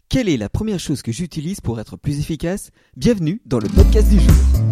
Quelle est la première chose que j'utilise pour être plus efficace ? Bienvenue dans le podcast du jour.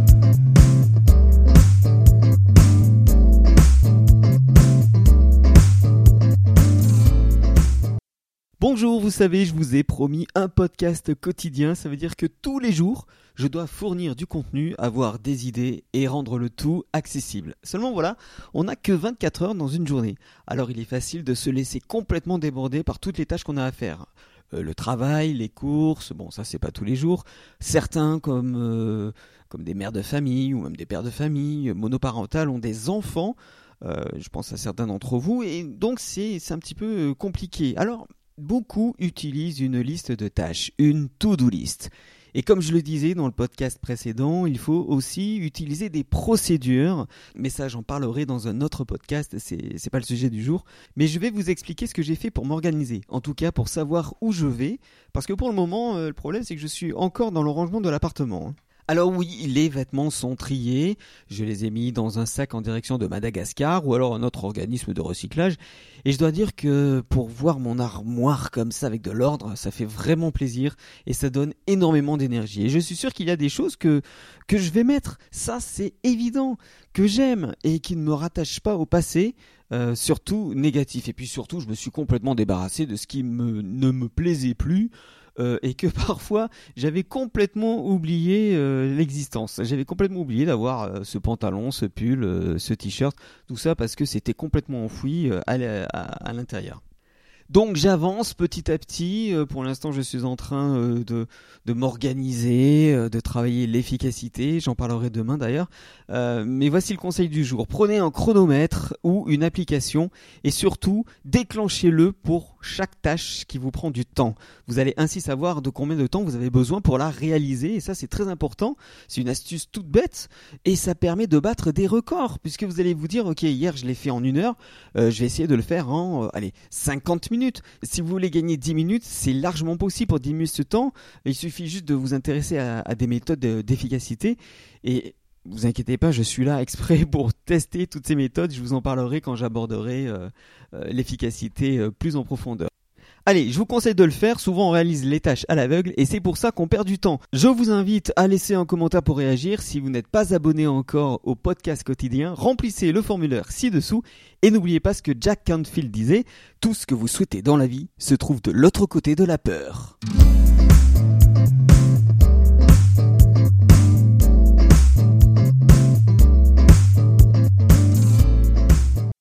Bonjour, vous savez, je vous ai promis un podcast quotidien. Ça veut dire que tous les jours, je dois fournir du contenu, avoir des idées et rendre le tout accessible. Seulement voilà, on n'a que 24 heures dans une journée. Alors il est facile de se laisser complètement déborder par toutes les tâches qu'on a à faire. Le travail, les courses, bon ça c'est pas tous les jours. Certains comme des mères de famille ou même des pères de famille monoparentales ont des enfants. Je pense à certains d'entre vous et donc c'est un petit peu compliqué. Alors beaucoup utilisent une liste de tâches, une to-do list. Et comme je le disais dans le podcast précédent, il faut aussi utiliser des procédures. Mais ça, j'en parlerai dans un autre podcast, c'est pas le sujet du jour. Mais je vais vous expliquer ce que j'ai fait pour m'organiser. En tout cas, pour savoir où je vais. Parce que pour le moment, le problème, c'est que je suis encore dans le rangement de l'appartement. Alors oui, les vêtements sont triés, je les ai mis dans un sac en direction de Madagascar ou alors un autre organisme de recyclage et je dois dire que pour voir mon armoire comme ça avec de l'ordre, ça fait vraiment plaisir et ça donne énormément d'énergie. Et je suis sûr qu'il y a des choses que je vais mettre, ça c'est évident, que j'aime et qui ne me rattachent pas au passé. Surtout négatif. Et puis surtout, je me suis complètement débarrassé de ce qui ne me plaisait plus. Et que parfois j'avais complètement oublié l'existence. J'avais complètement oublié d'avoir ce pantalon, ce pull, ce t-shirt, tout ça parce que c'était complètement enfoui à l'intérieur. Donc j'avance petit à petit, pour l'instant je suis en train de m'organiser, de travailler l'efficacité, j'en parlerai demain d'ailleurs, mais voici le conseil du jour. Prenez un chronomètre ou une application et surtout déclenchez-le pour chaque tâche qui vous prend du temps. Vous allez ainsi savoir de combien de temps vous avez besoin pour la réaliser et ça c'est très important, c'est une astuce toute bête et ça permet de battre des records puisque vous allez vous dire ok hier je l'ai fait en 1 heure, je vais essayer de le faire en 50 minutes. Si vous voulez gagner 10 minutes, c'est largement possible pour diminuer ce temps. Il suffit juste de vous intéresser à des méthodes d'efficacité. Et vous inquiétez pas, je suis là exprès pour tester toutes ces méthodes. Je vous en parlerai quand j'aborderai l'efficacité plus en profondeur. Allez, je vous conseille de le faire, souvent on réalise les tâches à l'aveugle et c'est pour ça qu'on perd du temps. Je vous invite à laisser un commentaire pour réagir. Si vous n'êtes pas abonné encore au podcast quotidien, remplissez le formulaire ci-dessous et n'oubliez pas ce que Jack Canfield disait, tout ce que vous souhaitez dans la vie se trouve de l'autre côté de la peur.